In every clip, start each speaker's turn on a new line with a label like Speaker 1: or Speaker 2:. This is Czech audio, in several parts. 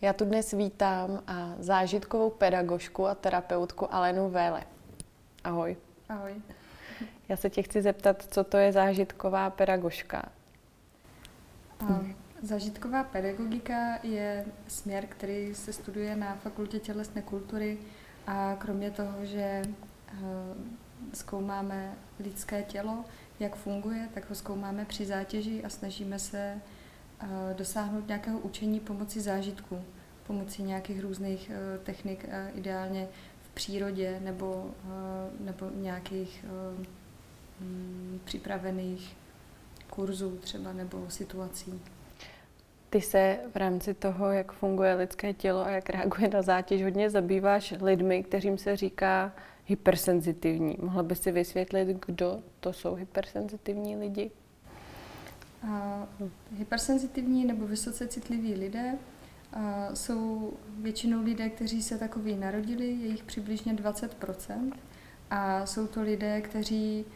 Speaker 1: Já tu dnes vítám zážitkovou pedagožku a terapeutku Alenu Véle. Ahoj.
Speaker 2: Ahoj.
Speaker 1: Já se tě chci zeptat, co to je zážitková pedagožka?
Speaker 2: Zážitková pedagogika je směr, který se studuje na Fakultě tělesné kultury a kromě toho, že zkoumáme lidské tělo, jak funguje, tak ho zkoumáme při zátěži a snažíme se dosáhnout nějakého učení pomocí zážitku, pomocí nějakých různých technik, ideálně v přírodě nebo nějakých připravených kurzů třeba nebo situací.
Speaker 1: Ty se v rámci toho, jak funguje lidské tělo a jak reaguje na zátěž, hodně zabýváš lidmi, kterým se říká hypersenzitivní. Mohla bys si vysvětlit, kdo to jsou hypersenzitivní lidi?
Speaker 2: Hypersenzitivní nebo vysoce citliví lidé jsou většinou lidé, kteří se takový narodili, je jich přibližně 20%. A jsou to lidé, kteří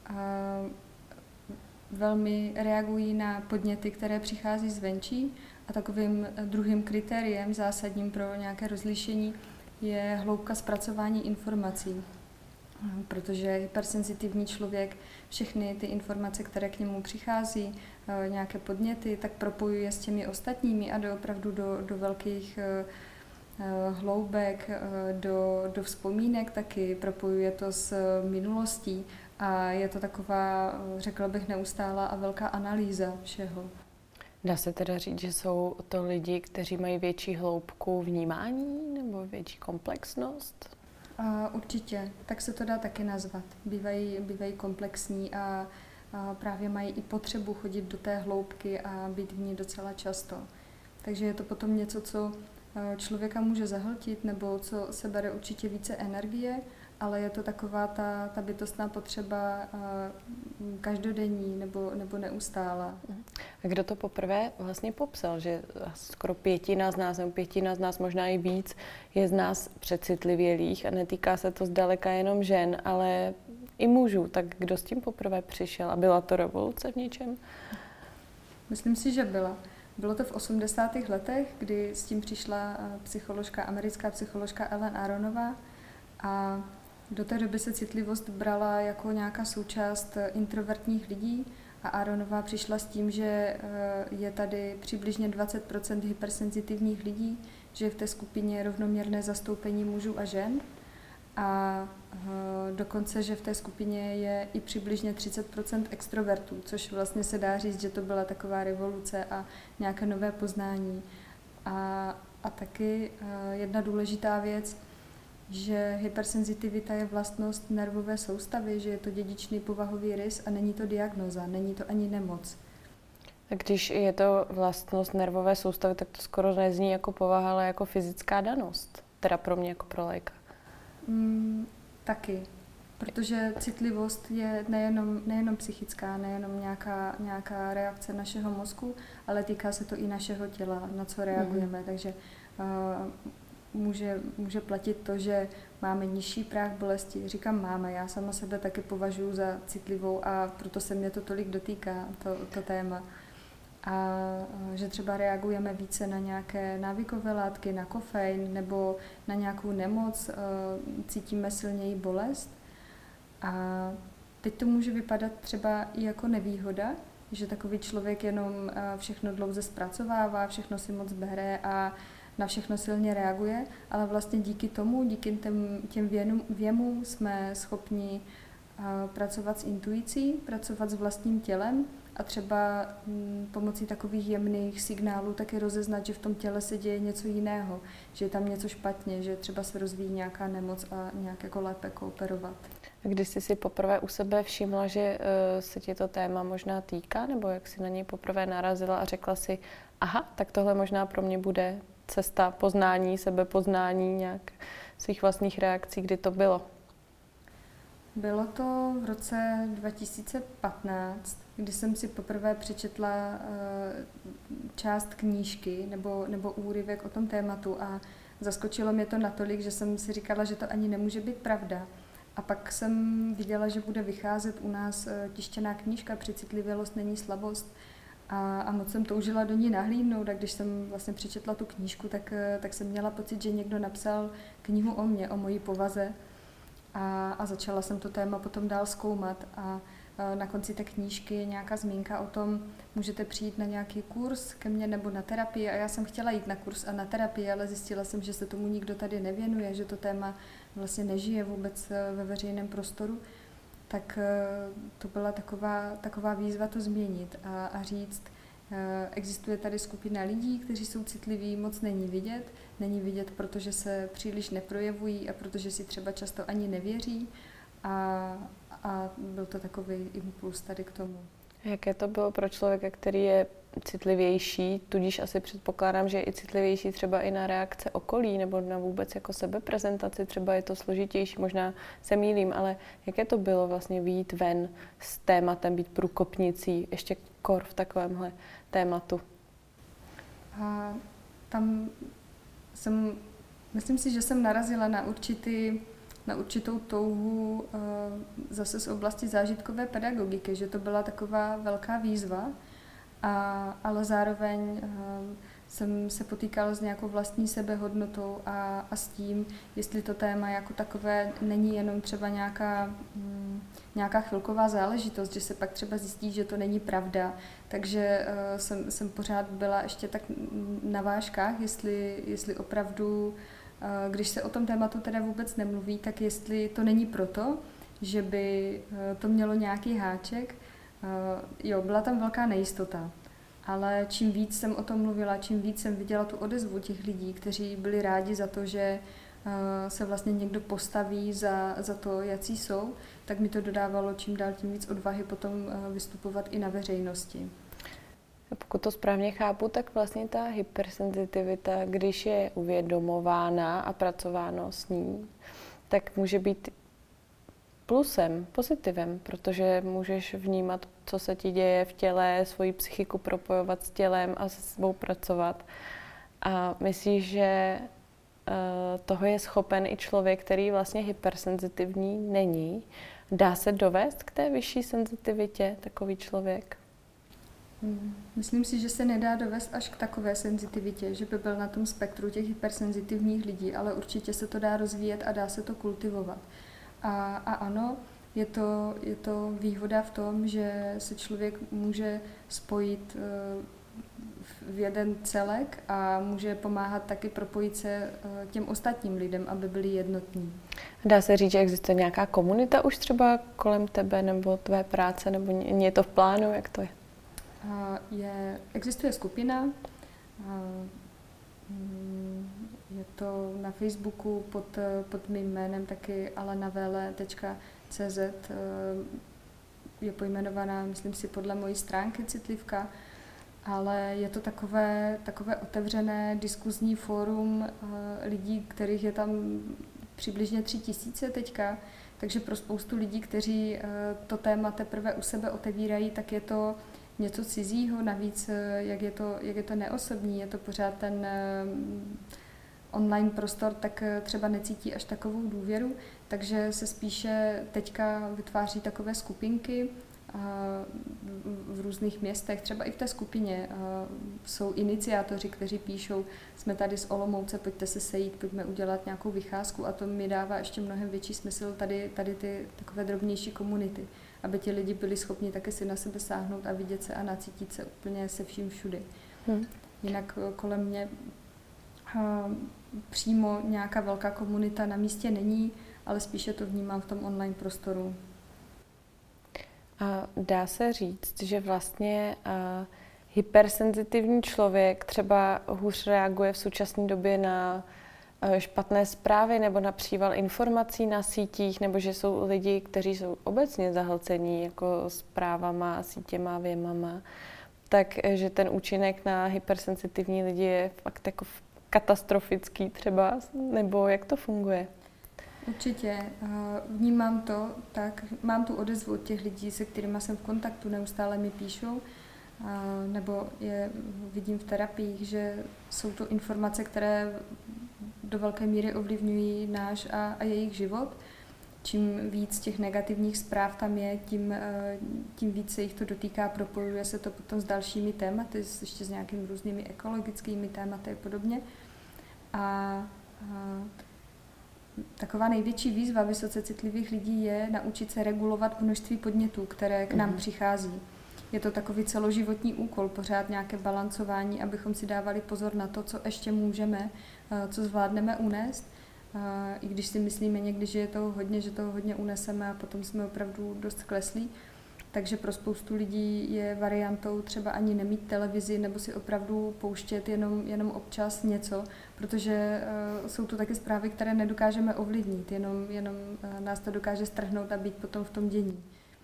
Speaker 2: velmi reagují na podněty, které přichází zvenčí, a takovým druhým kritériem zásadním pro nějaké rozlišení je hloubka zpracování informací. Protože hypersenzitivní člověk všechny ty informace, které k němu přichází, nějaké podněty, tak propojuje s těmi ostatními a jde opravdu do velkých hloubek, do vzpomínek taky, propojuje to s minulostí a je to taková, řekla bych, neustálá a velká analýza všeho.
Speaker 1: Dá se teda říct, že jsou to lidi, kteří mají větší hloubku vnímání nebo větší komplexnost?
Speaker 2: Určitě, tak se to dá taky nazvat. Bývají komplexní a právě mají i potřebu chodit do té hloubky a být v ní docela často. Takže je to potom něco, co člověka může zahltit nebo co se bere určitě více energie, ale je to taková ta bytostná potřeba každodenní nebo neustálá.
Speaker 1: A kdo to poprvé vlastně popsal, že skoro pětina z nás, možná i víc, je z nás přecitlivělých a netýká se to zdaleka jenom žen, ale i mužů. Tak kdo s tím poprvé přišel? A byla to revoluce v něčem?
Speaker 2: Myslím si, že byla. Bylo to v 80. letech, kdy s tím přišla americká psycholožka Ellen Aronová a do té doby se citlivost brala jako nějaká součást introvertních lidí a Aronová přišla s tím, že je tady přibližně 20% hypersenzitivních lidí, že je v té skupině rovnoměrné zastoupení mužů a žen a dokonce, že v té skupině je i přibližně 30% extrovertů, což vlastně se dá říct, že to byla taková revoluce a nějaké nové poznání. A taky jedna důležitá věc, že hypersenzitivita je vlastnost nervové soustavy, že je to dědičný povahový rys a není to diagnóza, není to ani nemoc.
Speaker 1: A když je to vlastnost nervové soustavy, tak to skoro nezní jako povaha, ale jako fyzická danost. Teda pro mě jako pro laika.
Speaker 2: Taky, protože citlivost je nejenom psychická, nejenom nějaká reakce našeho mozku, ale týká se to i našeho těla, na co reagujeme. Takže může platit to, že máme nižší práh bolesti. Říkám máme, já sama sebe taky považuji za citlivou a proto se mě to tolik dotýká, to téma. A že třeba reagujeme více na nějaké návykové látky, na kofein nebo na nějakou nemoc, cítíme silněji bolest. A teď to může vypadat třeba i jako nevýhoda, že takový člověk jenom všechno dlouze zpracovává, všechno si moc bere a na všechno silně reaguje, ale vlastně díky těm věmům jsme schopni pracovat s intuicí, pracovat s vlastním tělem a třeba pomocí takových jemných signálů taky rozeznat, že v tom těle se děje něco jiného, že je tam něco špatně, že třeba se rozvíjí nějaká nemoc a nějak jako lépe kooperovat.
Speaker 1: A když jsi si poprvé u sebe všimla, že se ti to téma možná týká, nebo jak jsi na něj poprvé narazila a řekla si, aha, tak tohle možná pro mě bude cesta poznání, sebepoznání, nějak svých vlastních reakcí, kdy to bylo?
Speaker 2: Bylo to v roce 2015, kdy jsem si poprvé přečetla část knížky nebo úryvek o tom tématu a zaskočilo mě to natolik, že jsem si říkala, že to ani nemůže být pravda. A pak jsem viděla, že bude vycházet u nás tištěná knížka Přecitlivělost není slabost a moc jsem toužila do ní nahlídnout, a když jsem vlastně přečetla tu knížku, tak jsem měla pocit, že někdo napsal knihu o mně, o mojí povaze a začala jsem to téma potom dál zkoumat a na konci té knížky je nějaká zmínka o tom, můžete přijít na nějaký kurz ke mně nebo na terapii a já jsem chtěla jít na kurz a na terapii, ale zjistila jsem, že se tomu nikdo tady nevěnuje, že to téma vlastně nežije vůbec ve veřejném prostoru, tak to byla taková výzva to změnit a říct, existuje tady skupina lidí, kteří jsou citliví, moc není vidět, protože se příliš neprojevují a protože si třeba často ani nevěří a byl to takový impuls tady k tomu.
Speaker 1: Jaké to bylo pro člověka, který je citlivější, tudíž asi předpokládám, že je i citlivější třeba i na reakce okolí nebo na vůbec jako sebeprezentaci, třeba je to složitější, možná se mýlím, ale jaké to bylo vlastně vyjít ven s tématem, být průkopnicí, ještě kor v takovémhle tématu?
Speaker 2: A tam myslím si, že jsem narazila na určitou touhu zase z oblasti zážitkové pedagogiky, že to byla taková velká výzva, ale zároveň jsem se potýkala s nějakou vlastní sebehodnotou a s tím, jestli to téma jako takové není jenom třeba nějaká chvilková záležitost, že se pak třeba zjistí, že to není pravda. Takže jsem pořád byla ještě tak na vážkách, jestli opravdu, když se o tom tématu teda vůbec nemluví, tak jestli to není proto, že by to mělo nějaký háček. Jo, byla tam velká nejistota, ale čím víc jsem o tom mluvila, čím víc jsem viděla tu odezvu těch lidí, kteří byli rádi za to, že se vlastně někdo postaví za to, jací jsou, tak mi to dodávalo čím dál tím víc odvahy potom vystupovat i na veřejnosti.
Speaker 1: Pokud to správně chápu, tak vlastně ta hypersenzitivita, když je uvědomována a pracováno s ní, tak může být plusem, pozitivem, protože můžeš vnímat, co se ti děje v těle, svoji psychiku propojovat s tělem a se sebou pracovat. A myslíš, že toho je schopen i člověk, který vlastně hypersenzitivní není. Dá se dovést k té vyšší senzitivitě takový člověk?
Speaker 2: Myslím si, že se nedá dovést až k takové senzitivitě, že by byl na tom spektru těch hypersenzitivních lidí, ale určitě se to dá rozvíjet a dá se to kultivovat. A ano, je to výhoda v tom, že se člověk může spojit v jeden celek a může pomáhat taky propojit se těm ostatním lidem, aby byli jednotní.
Speaker 1: Dá se říct, že existuje nějaká komunita už třeba kolem tebe nebo tvé práce, nebo je to v plánu, jak to je?
Speaker 2: Existuje skupina, je to na Facebooku pod mým jménem taky alenavele.cz, je pojmenovaná, myslím si, podle mojí stránky Citlivka, ale je to takové otevřené diskuzní fórum lidí, kterých je tam přibližně 3000 teďka, takže pro spoustu lidí, kteří to téma teprve u sebe otevírají, tak je to něco cizího, navíc jak je to neosobní, je to pořád ten online prostor, tak třeba necítí až takovou důvěru, takže se spíše teďka vytváří takové skupinky v různých městech, třeba i v té skupině jsou iniciátoři, kteří píšou, jsme tady z Olomouce, pojďte se sejít, pojďme udělat nějakou vycházku a to mi dává ještě mnohem větší smysl tady ty takové drobnější komunity, aby ti lidi byli schopni také si na sebe sáhnout a vidět se a nacítit se úplně se vším všudy. Jinak kolem mě přímo nějaká velká komunita na místě není, ale spíše to vnímám v tom online prostoru.
Speaker 1: A dá se říct, že vlastně hypersenzitivní člověk třeba hůř reaguje v současné době na špatné zprávy nebo na příval informací na sítích, nebo že jsou lidi, kteří jsou obecně zahlcení jako zprávama, sítěma, věmama, takže ten účinek na hypersenzitivní lidi je fakt jako katastrofický třeba, nebo jak to funguje?
Speaker 2: Určitě. Vnímám to tak, mám tu odezvu od těch lidí, se kterými jsem v kontaktu, neustále mi píšou, nebo je vidím v terapiích, že jsou to informace, které do velké míry ovlivňují náš a jejich život. čím víc těch negativních zpráv tam je, tím víc se jich to dotýká, propojuje se to potom s dalšími tématy, ještě s nějakými různými ekologickými tématy a podobně. A taková největší výzva vysoce citlivých lidí je naučit se regulovat množství podnětů, které k nám přichází. Je to takový celoživotní úkol, pořád nějaké balancování, abychom si dávali pozor na to, co ještě můžeme, co zvládneme unést. I když si myslíme někdy, že toho hodně uneseme a potom jsme opravdu dost kleslí. Takže pro spoustu lidí je variantou třeba ani nemít televizi nebo si opravdu pouštět jenom občas něco, protože jsou tu taky zprávy, které nedokážeme ovlivnit, jenom nás to dokáže strhnout a být potom v tom dění.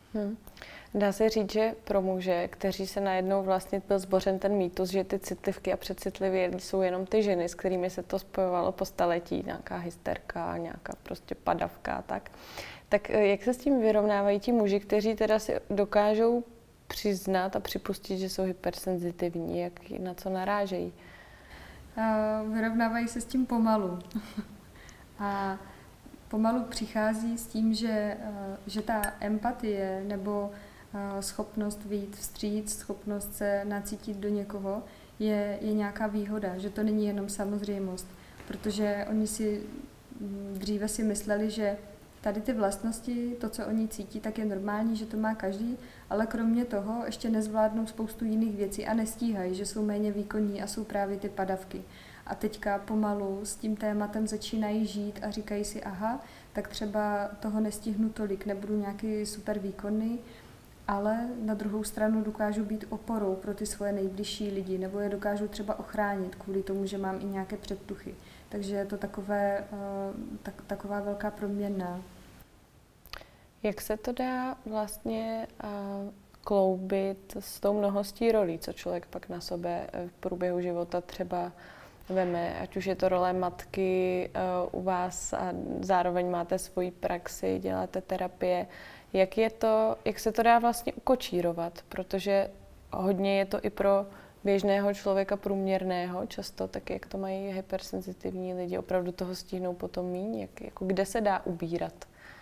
Speaker 1: Dá se říct, že pro muže, kteří se najednou vlastně byl zbořen ten mýtus, že ty citlivky a přecitlivělí jsou jenom ty ženy, s kterými se to spojovalo po staletí, nějaká hysterka, nějaká prostě padavka, tak jak se s tím vyrovnávají ti muži, kteří teda si dokážou přiznat a připustit, že jsou hypersenzitivní, na co narážejí?
Speaker 2: Vyrovnávají se s tím pomalu. A pomalu přichází s tím, že ta empatie nebo schopnost vyjít vstříc, schopnost se nacítit do někoho je nějaká výhoda, že to není jenom samozřejmost, protože oni dříve si mysleli, že tady ty vlastnosti, to, co oni cítí, tak je normální, že to má každý, ale kromě toho ještě nezvládnou spoustu jiných věcí a nestíhají, že jsou méně výkonní a jsou právě ty padavky. A teďka pomalu s tím tématem začínají žít a říkají si, aha, tak třeba toho nestihnu tolik, nebudu nějaký super výkonný, ale na druhou stranu dokážu být oporou pro ty svoje nejbližší lidi, nebo je dokážu třeba ochránit kvůli tomu, že mám i nějaké předtuchy. Takže je to taková velká proměnná.
Speaker 1: Jak se to dá vlastně kloubit s tou mnohostí rolí, co člověk pak na sebe v průběhu života třeba veme, ať už je to role matky u vás a zároveň máte svoji praxi, děláte terapie. Jak se to dá vlastně ukočírovat, protože hodně je to i pro běžného člověka průměrného často, tak jak to mají hypersenzitivní lidi, opravdu toho stihnou potom míň, kde se dá ubírat?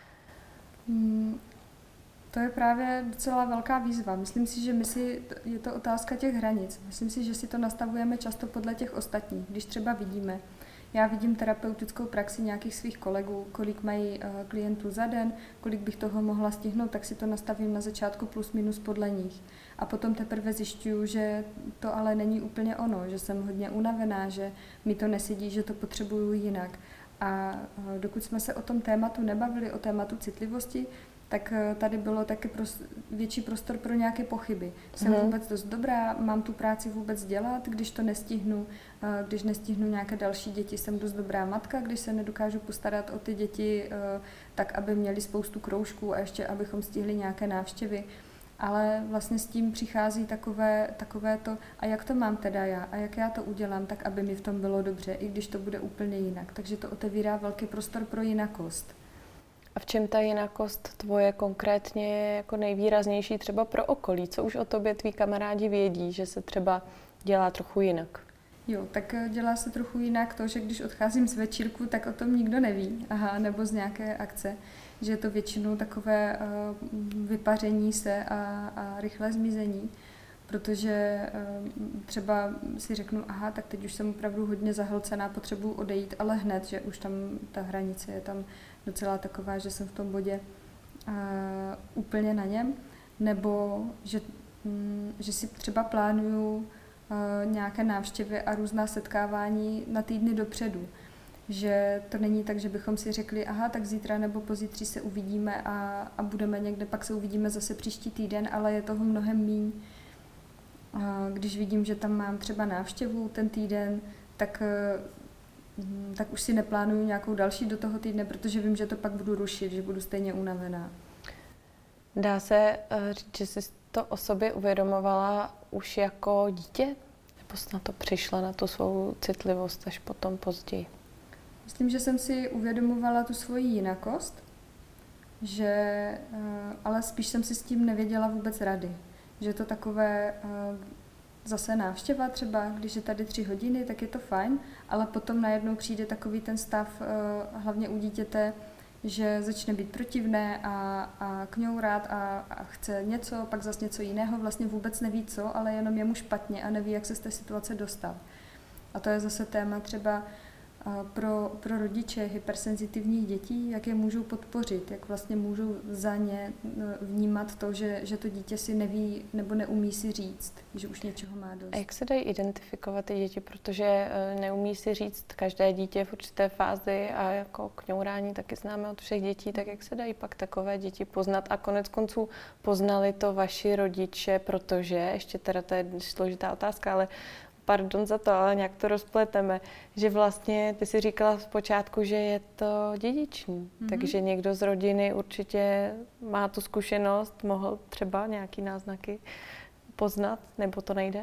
Speaker 2: To je právě docela velká výzva. Myslím si, že je to otázka těch hranic. Myslím si, že si to nastavujeme často podle těch ostatních. Když třeba já vidím terapeutickou praxi nějakých svých kolegů, kolik mají klientů za den, kolik bych toho mohla stihnout, tak si to nastavím na začátku plus minus podle nich. A potom teprve zjišťuju, že to ale není úplně ono, že jsem hodně unavená, že mi to nesedí, že to potřebuju jinak. A dokud jsme se o tom tématu nebavili, o tématu citlivosti, tak tady bylo taky větší prostor pro nějaké pochyby. Jsem vůbec dost dobrá, mám tu práci vůbec dělat, když to nestihnu, když nestihnu nějaké další děti, jsem dost dobrá matka, když se nedokážu postarat o ty děti, tak aby měli spoustu kroužků a ještě abychom stihli nějaké návštěvy. Ale vlastně s tím přichází takové to, a jak to mám teda já, a jak já to udělám, tak aby mi v tom bylo dobře, i když to bude úplně jinak. Takže to otevírá velký prostor pro jinakost.
Speaker 1: A v čem ta jinakost tvoje konkrétně je jako nejvýraznější třeba pro okolí? Co už o tobě tví kamarádi vědí, že se třeba dělá trochu jinak?
Speaker 2: Jo, tak dělá se trochu jinak to, že když odcházím z večírku, tak o tom nikdo neví, nebo z nějaké akce, že je to většinou takové vypaření se a rychlé zmizení, protože třeba si řeknu, tak teď už jsem opravdu hodně zahlcená, potřebuji odejít, ale hned, že už tam ta hranice je tam docela taková, že jsem v tom bodě úplně na něm, nebo že si třeba plánuju nějaké návštěvy a různá setkávání na týdny dopředu. Že to není tak, že bychom si řekli, tak zítra nebo pozítří se uvidíme a budeme někde, pak se uvidíme zase příští týden, ale je toho mnohem míň. Když vidím, že tam mám třeba návštěvu ten týden, tak už si neplánuju nějakou další do toho týdne, protože vím, že to pak budu rušit, že budu stejně unavená.
Speaker 1: Dá se říct, že jsi to o sobě uvědomovala už jako dítě? Nebo jsi na to přišla, na tu svou citlivost až potom později?
Speaker 2: Myslím, že jsem si uvědomovala tu svoji jinakost, ale spíš jsem si s tím nevěděla vůbec rady. Že je to takové zase návštěva třeba, když je tady 3 hodiny, tak je to fajn, ale potom najednou přijde takový ten stav, hlavně u dítěte, že začne být protivné a kňourat a chce něco, pak zase něco jiného, vlastně vůbec neví co, ale jenom je mu špatně a neví, jak se z té situace dostat. A to je zase téma třeba pro rodiče hypersenzitivních dětí, jak je můžou podpořit, jak vlastně můžou za ně vnímat to, že to dítě si neví nebo neumí si říct, že už něčeho má dost.
Speaker 1: A jak se dají identifikovat ty děti, protože neumí si říct každé dítě v určité fázi a jako kňourání taky známe od všech dětí, tak jak se dají pak takové děti poznat a konec konců poznali to vaši rodiče, protože, ještě teda to je složitá otázka, ale pardon za to, ale nějak to rozpleteme, že vlastně ty si říkala zpočátku, že je to dědičný, takže někdo z rodiny určitě má tu zkušenost, mohl třeba nějaký náznaky poznat, nebo to nejde?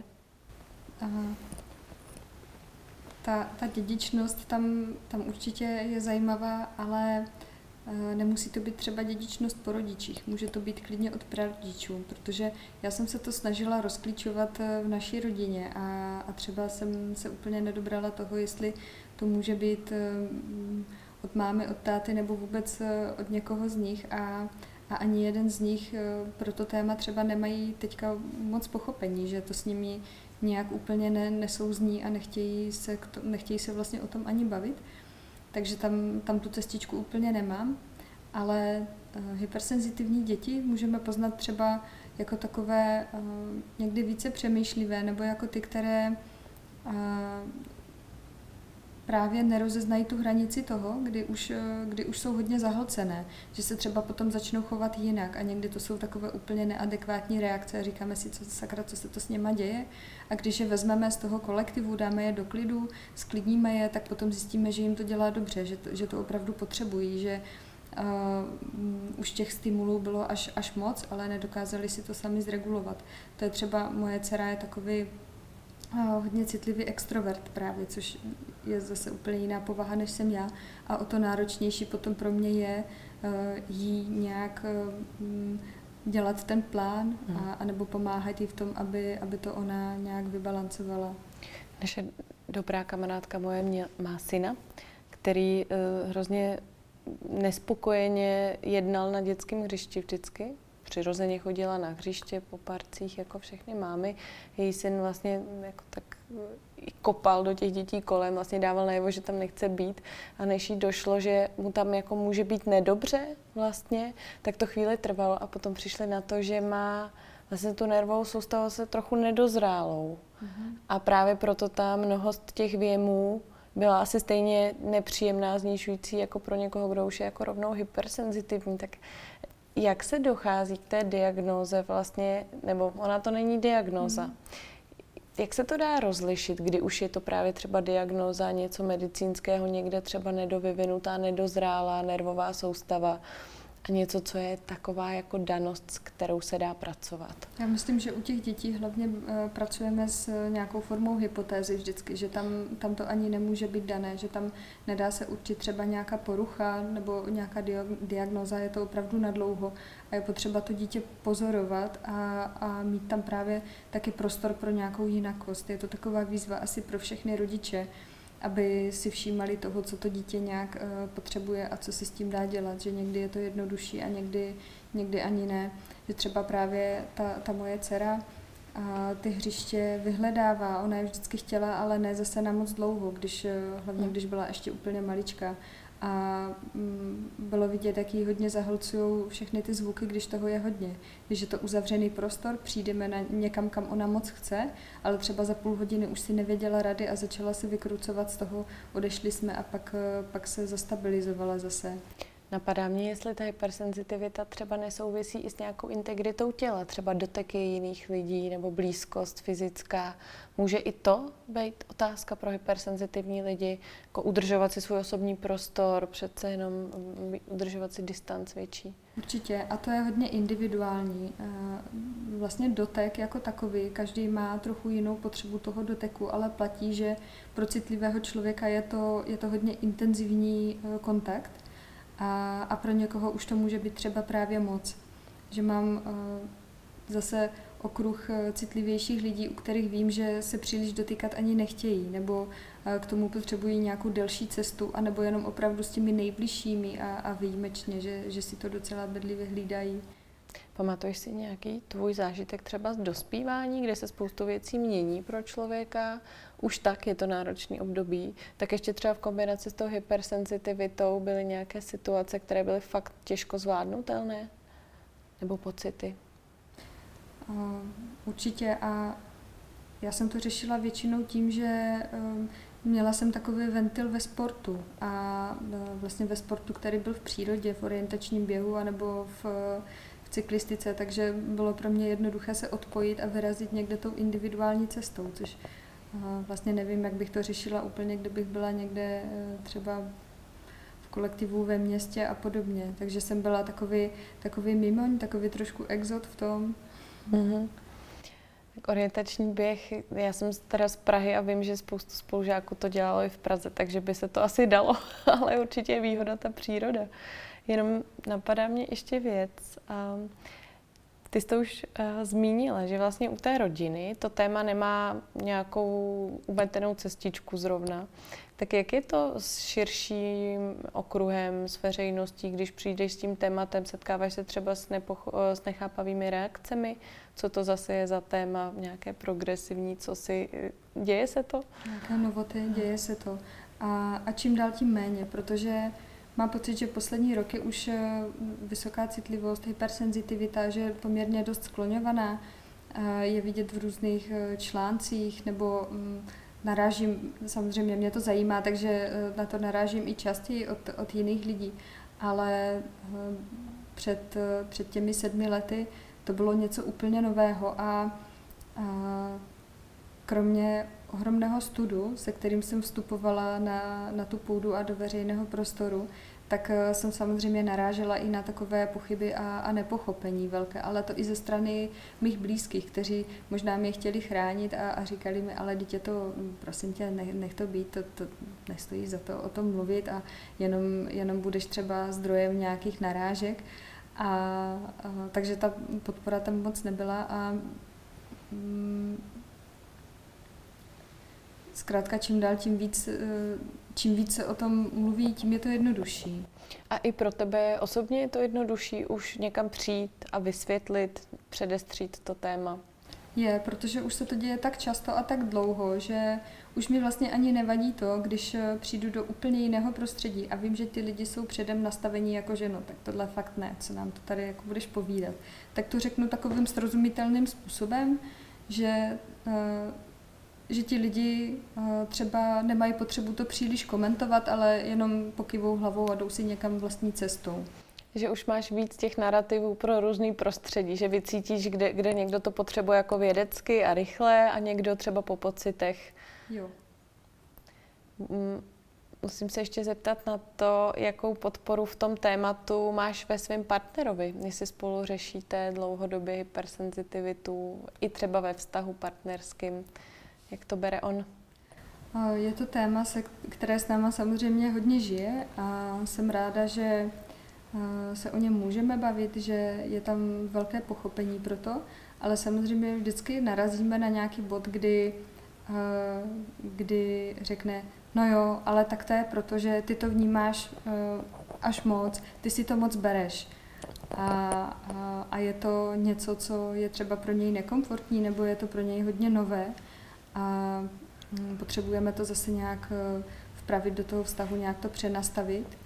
Speaker 2: Ta dědičnost tam určitě je zajímavá, ale nemusí to být třeba dědičnost po rodičích, může to být klidně od prarodičů, protože já jsem se to snažila rozklíčovat v naší rodině a třeba jsem se úplně nedobrala toho, jestli to může být od mámy, od táty nebo vůbec od někoho z nich a ani jeden z nich pro to téma třeba nemají teďka moc pochopení, že to s nimi nějak úplně nesouzní a nechtějí se vlastně o tom ani bavit. Takže tam tu cestičku úplně nemám, ale hypersenzitivní děti můžeme poznat třeba jako takové někdy více přemýšlivé, nebo jako ty, které právě nerozeznají tu hranici toho, kdy už jsou hodně zahlcené, že se třeba potom začnou chovat jinak a někdy to jsou takové úplně neadekvátní reakce a říkáme si, co se to s něma děje a když je vezmeme z toho kolektivu, dáme je do klidu, sklidníme je, tak potom zjistíme, že jim to dělá dobře, že to opravdu potřebují, že už těch stimulů bylo až moc, ale nedokázali si to sami zregulovat. To je třeba moje dcera je takový hodně citlivý extrovert právě, což je zase úplně jiná povaha, než jsem já. A o to náročnější potom pro mě je jí nějak dělat ten plán a nebo pomáhat jí v tom, aby to ona nějak vybalancovala.
Speaker 1: Naše dobrá kamarádka moje má syna, který hrozně nespokojeně jednal na dětském hřišti vždycky. Přirozeně chodila na hřiště po parcích jako všechny mámy. Její syn vlastně jako tak kopal do těch dětí kolem, vlastně dával najevo, že tam nechce být a než jí došlo, že mu tam jako může být nedobře vlastně, tak to chvíli trvalo a potom přišli na to, že má vlastně tu nervovou soustavu se trochu nedozrálou. A právě proto ta mnohost těch věmů byla asi stejně nepříjemná, zničující jako pro někoho, kdo už je jako rovnou hypersenzitivní. Tak jak se dochází k té diagnóze vlastně, nebo ona to není diagnóza. Jak se to dá rozlišit, kdy už je to právě třeba diagnóza něco medicínského, někde třeba nedovyvinutá, nedozrálá nervová soustava a něco, co je taková jako danost, s kterou se dá pracovat?
Speaker 2: Já myslím, že u těch dětí hlavně pracujeme s nějakou formou hypotézy vždycky, že tam to ani nemůže být dané, že tam nedá se určit třeba nějaká porucha nebo nějaká diagnóza, je to opravdu nadlouho a je potřeba to dítě pozorovat a mít tam právě taky prostor pro nějakou jinakost. Je to taková výzva asi pro všechny rodiče, aby si všímali toho, co to dítě nějak potřebuje a co si s tím dá dělat, že někdy je to jednodušší a někdy ani ne. Že třeba právě ta moje dcera ty hřiště vyhledává, ona je vždycky chtěla, ale ne zase na moc dlouho, hlavně když byla ještě úplně malička. A bylo vidět, jak jí hodně zahlcují všechny ty zvuky, když toho je hodně. Když je to uzavřený prostor, přijdeme někam, kam ona moc chce, ale třeba za půl hodiny už si nevěděla rady a začala se vykrucovat z toho, odešli jsme a pak se zastabilizovala zase.
Speaker 1: Napadá mě, jestli ta hypersenzitivita třeba nesouvisí i s nějakou integritou těla, třeba doteky jiných lidí nebo blízkost fyzická. Může i to být otázka pro hypersenzitivní lidi, jako udržovat si svůj osobní prostor, přece jenom udržovat si distanc větší?
Speaker 2: Určitě a to je hodně individuální. Vlastně dotek jako takový, každý má trochu jinou potřebu toho doteku, ale platí, že pro citlivého člověka je to hodně intenzivní kontakt. A pro někoho už to může být třeba právě moc. Že mám zase okruh citlivějších lidí, u kterých vím, že se příliš dotýkat ani nechtějí, nebo k tomu potřebují nějakou delší cestu, anebo jenom opravdu s těmi nejbližšími a výjimečně, že si to docela bedlivě hlídají.
Speaker 1: Pamatuješ si nějaký tvůj zážitek třeba z dospívání, kde se spoustu věcí mění pro člověka? Už tak je to náročný období. Tak ještě třeba v kombinaci s tou hypersenzitivitou byly nějaké situace, které byly fakt těžko zvládnutelné? Nebo pocity?
Speaker 2: Určitě a já jsem to řešila většinou tím, že měla jsem takový ventil ve sportu a vlastně ve sportu, který byl v přírodě, v orientačním běhu anebo v cyklistice, takže bylo pro mě jednoduché se odpojit a vyrazit někde tou individuální cestou, což vlastně nevím, jak bych to řešila úplně, kdybych byla někde třeba v kolektivu ve městě a podobně. Takže jsem byla takový mimoň, takový trošku exot v tom.
Speaker 1: Mm-hmm. Tak orientační běh, já jsem teda z Prahy a vím, že spoustu spolužáků to dělalo i v Praze, takže by se to asi dalo, ale určitě je výhoda ta příroda. Jenom napadá mě ještě věc. Ty jsi to už zmínila, že vlastně u té rodiny to téma nemá nějakou umetenou cestičku zrovna. Tak jak je to s širším okruhem, s veřejností, když přijdeš s tím tématem, setkáváš se třeba s nechápavými reakcemi? Co to zase je za téma, nějaké progresivní, děje se to?
Speaker 2: Nějaké novoty, děje se to. A čím dál tím méně, protože mám pocit, že poslední roky už vysoká citlivost, hypersenzitivita, že je poměrně dost skloňovaná, je vidět v různých článcích, nebo narážím, samozřejmě mě to zajímá, takže na to narážím i častěji od jiných lidí, ale před těmi 7 lety to bylo něco úplně nového a kromě ohromného studu, se kterým jsem vstupovala na tu půdu a do veřejného prostoru, tak jsem samozřejmě narážela i na takové pochyby a nepochopení velké, ale to i ze strany mých blízkých, kteří možná mě chtěli chránit a říkali mi, ale dítě to, prosím tě, nech to být, to nestojí za to o tom mluvit a jenom budeš třeba zdrojem nějakých narážek. Takže ta podpora tam moc nebyla a zkrátka čím dál čím víc se o tom mluví, tím je to jednodušší.
Speaker 1: A i pro tebe osobně je to jednodušší už někam přijít a vysvětlit, předestřít to téma?
Speaker 2: Je, protože už se to děje tak často a tak dlouho, že už mi vlastně ani nevadí to, když přijdu do úplně jiného prostředí a vím, že ty lidi jsou předem nastavení jako, že no, tak tohle fakt ne, co nám to tady jako budeš povídat. Tak to řeknu takovým srozumitelným způsobem, že ti lidi třeba nemají potřebu to příliš komentovat, ale jenom pokyvou hlavou a jdou si někam vlastní cestou.
Speaker 1: Že už máš víc těch narrativů pro různý prostředí, že vycítíš, kde někdo to potřebuje jako vědecky a rychle a někdo třeba po pocitech.
Speaker 2: Jo.
Speaker 1: Musím se ještě zeptat na to, jakou podporu v tom tématu máš ve svém partnerovi, jestli spolu řešíte dlouhodobě hypersenzitivitu i třeba ve vztahu partnerským. Jak to bere on?
Speaker 2: Je to téma, které s náma samozřejmě hodně žije a jsem ráda, že se o něm můžeme bavit, že je tam velké pochopení pro to, ale samozřejmě vždycky narazíme na nějaký bod, kdy řekne, no jo, ale tak to je proto, že ty to vnímáš až moc, ty si to moc bereš. A je to něco, co je třeba pro něj nekomfortní, nebo je to pro něj hodně nové. A potřebujeme to zase nějak vpravit do toho vztahu, nějak to přenastavit.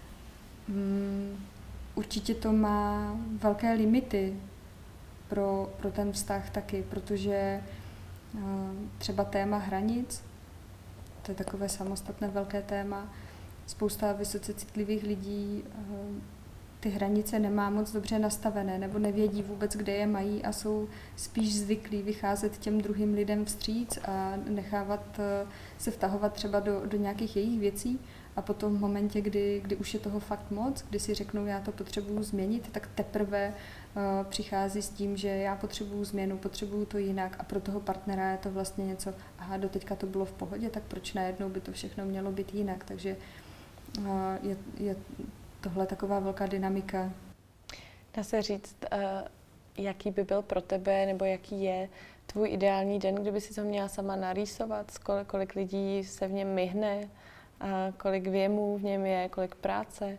Speaker 2: Určitě to má velké limity pro ten vztah taky, protože třeba téma hranic, to je takové samostatné velké téma, spousta vysoce citlivých lidí ty hranice nemá moc dobře nastavené nebo nevědí vůbec, kde je mají a jsou spíš zvyklí vycházet těm druhým lidem vstříc a nechávat se vtahovat třeba do nějakých jejich věcí a potom v momentě, kdy už je toho fakt moc, kdy si řeknou, já to potřebuju změnit, tak teprve přichází s tím, že já potřebuju změnu, potřebuju to jinak a pro toho partnera je to vlastně něco, aha, doteďka to bylo v pohodě, tak proč najednou by to všechno mělo být jinak, takže je tohle taková velká dynamika.
Speaker 1: Dá se říct, jaký by byl pro tebe, nebo jaký je tvůj ideální den, kdyby si to měla sama narýsovat, kolik lidí se v něm myhne, a kolik věmů v něm je, kolik práce?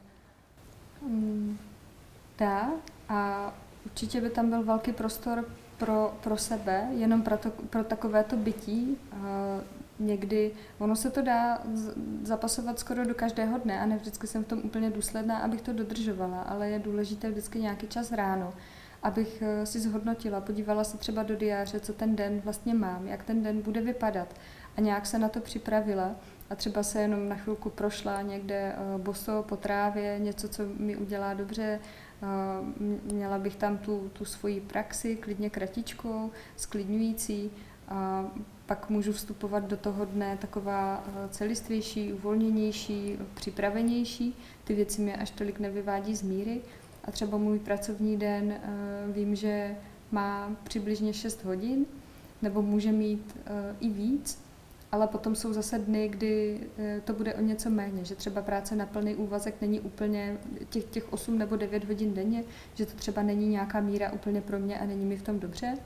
Speaker 2: Dá a určitě by tam byl velký prostor pro sebe, jenom pro takovéto bytí. Někdy ono se to dá zapasovat skoro do každého dne a ne vždycky jsem v tom úplně důsledná, abych to dodržovala, ale je důležité vždycky nějaký čas ráno, abych si zhodnotila, podívala se třeba do diáře, co ten den vlastně mám, jak ten den bude vypadat a nějak se na to připravila a třeba se jenom na chvilku prošla někde boso po trávě, něco, co mi udělá dobře, měla bych tam tu svoji praxi, klidně kratičkou, sklidňující, a pak můžu vstupovat do toho dne taková celistvější, uvolněnější, připravenější. Ty věci mě až tolik nevyvádí z míry. A třeba můj pracovní den vím, že má přibližně 6 hodin, nebo může mít i víc, ale potom jsou zase dny, kdy to bude o něco méně, že třeba práce na plný úvazek není úplně těch 8 nebo 9 hodin denně, že to třeba není nějaká míra úplně pro mě a není mi v tom dobře.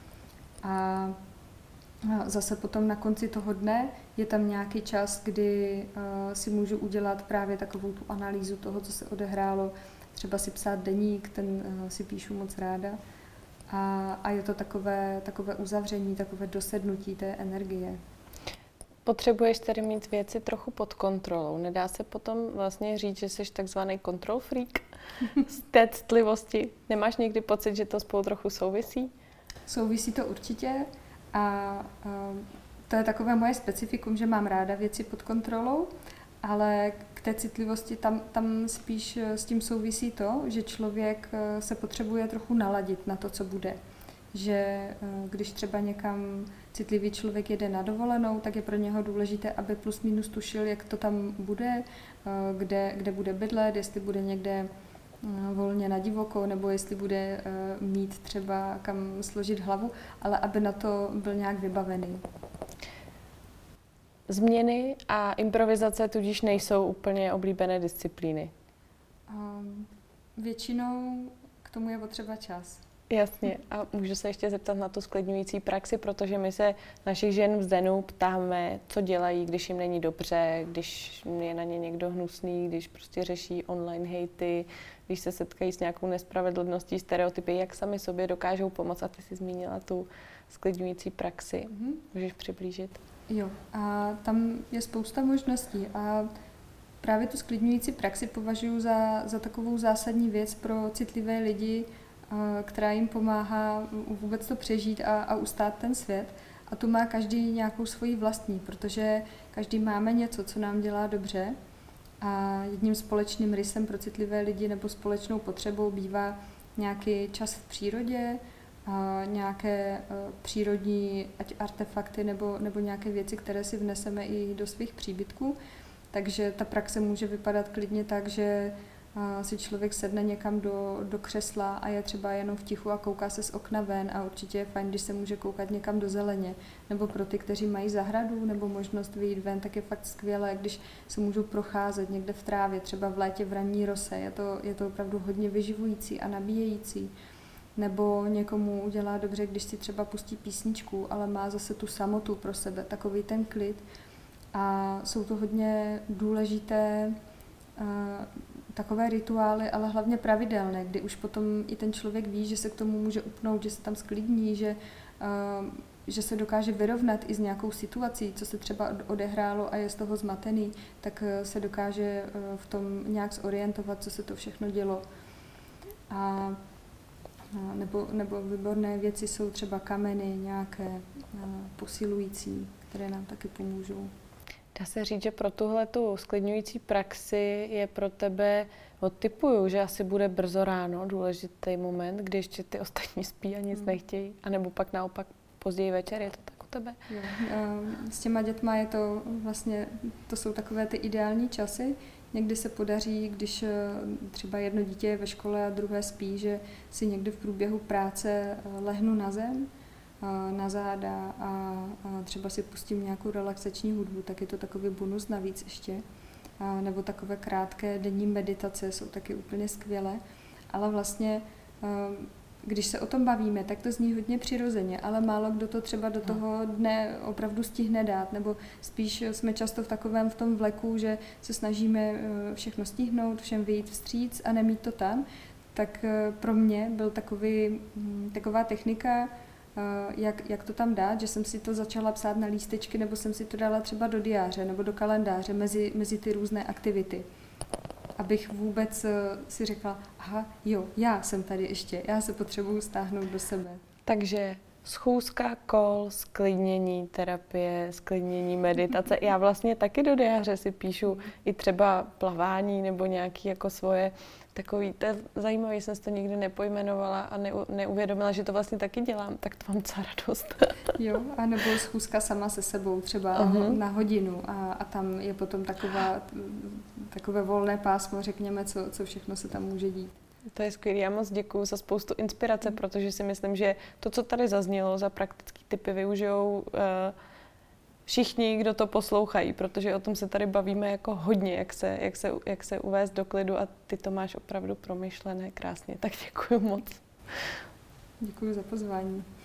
Speaker 2: A zase potom na konci toho dne je tam nějaký čas, kdy si můžu udělat právě takovou tu analýzu toho, co se odehrálo, třeba si psát deník, ten si píšu moc ráda. A je to takové uzavření, takové dosednutí té energie.
Speaker 1: Potřebuješ tedy mít věci trochu pod kontrolou. Nedá se potom vlastně říct, že jsi takzvaný control freak z té citlivosti. Nemáš někdy pocit, že to spolu trochu souvisí?
Speaker 2: Souvisí to určitě a to je takové moje specifikum, že mám ráda věci pod kontrolou, ale k té citlivosti tam spíš s tím souvisí to, že člověk se potřebuje trochu naladit na to, co bude. Že když třeba někam citlivý člověk jede na dovolenou, tak je pro něho důležité, aby plus minus tušil, jak to tam bude, kde bude bydlet, jestli bude někde volně na divoko, nebo jestli bude mít třeba kam složit hlavu, ale aby na to byl nějak vybavený.
Speaker 1: Změny a improvizace tudíž nejsou úplně oblíbené disciplíny.
Speaker 2: Většinou k tomu je potřeba čas.
Speaker 1: Jasně. A můžu se ještě zeptat na tu sklidňující praxi, protože my se našich žen v Zenu ptáme, co dělají, když jim není dobře, když je na ně někdo hnusný, když prostě řeší online hejty, když se setkají s nějakou nespravedlností, stereotypy, jak sami sobě dokážou pomoct. A ty jsi zmínila tu sklidňující praxi. Můžeš přiblížit?
Speaker 2: Jo, a tam je spousta možností a právě tu sklidňující praxi považuji za takovou zásadní věc pro citlivé lidi, která jim pomáhá vůbec to přežít a ustát ten svět. A tu má každý nějakou svoji vlastní, protože každý máme něco, co nám dělá dobře. A jedním společným rysem pro citlivé lidi nebo společnou potřebou bývá nějaký čas v přírodě, nějaké přírodní ať artefakty nebo nějaké věci, které si vneseme i do svých příbytků. Takže ta praxe může vypadat klidně tak, že si člověk sedne někam do křesla a je třeba jenom v tichu a kouká se z okna ven a určitě je fajn, když se může koukat někam do zeleně. Nebo pro ty, kteří mají zahradu nebo možnost vyjít ven, tak je fakt skvělé, když se můžou procházet někde v trávě, třeba v létě v ranní rose. Je to opravdu hodně vyživující a nabíjející. Nebo někomu udělá dobře, když si třeba pustí písničku, ale má zase tu samotu pro sebe, takový ten klid. A jsou to hodně důležité takové rituály, ale hlavně pravidelné, kdy už potom i ten člověk ví, že se k tomu může upnout, že se tam sklidní, že se dokáže vyrovnat i s nějakou situací, co se třeba odehrálo a je z toho zmatený, tak se dokáže v tom nějak zorientovat, co se to všechno dělo. Nebo výborné věci jsou třeba kameny, nějaké posilující, které nám taky pomůžou.
Speaker 1: Dá se říct, že pro tuhle tu sklidňující praxi je pro tebe, odtipuju, že asi bude brzo ráno důležitý moment, kdy ještě ty ostatní spí a nic nechtějí, anebo pak naopak později večer, je to tak u tebe?
Speaker 2: Jo, s těma dětma je to vlastně, to jsou takové ty ideální časy. Někdy se podaří, když třeba jedno dítě je ve škole a druhé spí, že si někdy v průběhu práce lehnu na zem, na záda a třeba si pustím nějakou relaxační hudbu, tak je to takový bonus navíc ještě. Nebo takové krátké denní meditace jsou taky úplně skvělé. Ale vlastně když se o tom bavíme, tak to zní hodně přirozeně, ale málo kdo to třeba do toho dne opravdu stihne dát, nebo spíš jsme často v tom vleku, že se snažíme všechno stihnout, všem vyjít vstříc a nemít to tam. Tak pro mě byl taková technika, jak to tam dát, že jsem si to začala psát na lístečky, nebo jsem si to dala třeba do diáře nebo do kalendáře mezi ty různé aktivity. Abych vůbec si řekla, aha, jo, já jsem tady ještě, já se potřebuju stáhnout do sebe.
Speaker 1: Takže schůzka, kol, sklidnění, terapie, sklidnění, meditace. Já vlastně taky do diáře si píšu i třeba plavání nebo nějaké jako svoje takový, to je zajímavé, jsem si to nikdy nepojmenovala a neuvědomila, že to vlastně taky dělám, tak to mám docela radost.
Speaker 2: Jo, a nebo schůzka sama se sebou třeba na hodinu a tam je potom takové volné pásmo, řekněme, co všechno se tam může dít.
Speaker 1: To je skvělé. Já moc děkuju za spoustu inspirace, protože si myslím, že to, co tady zaznělo, za praktické tipy využijou všichni, kdo to poslouchají, protože o tom se tady bavíme jako hodně, jak se uvést do klidu a ty to máš opravdu promyšlené krásně. Tak děkuju moc.
Speaker 2: Děkuju za pozvání.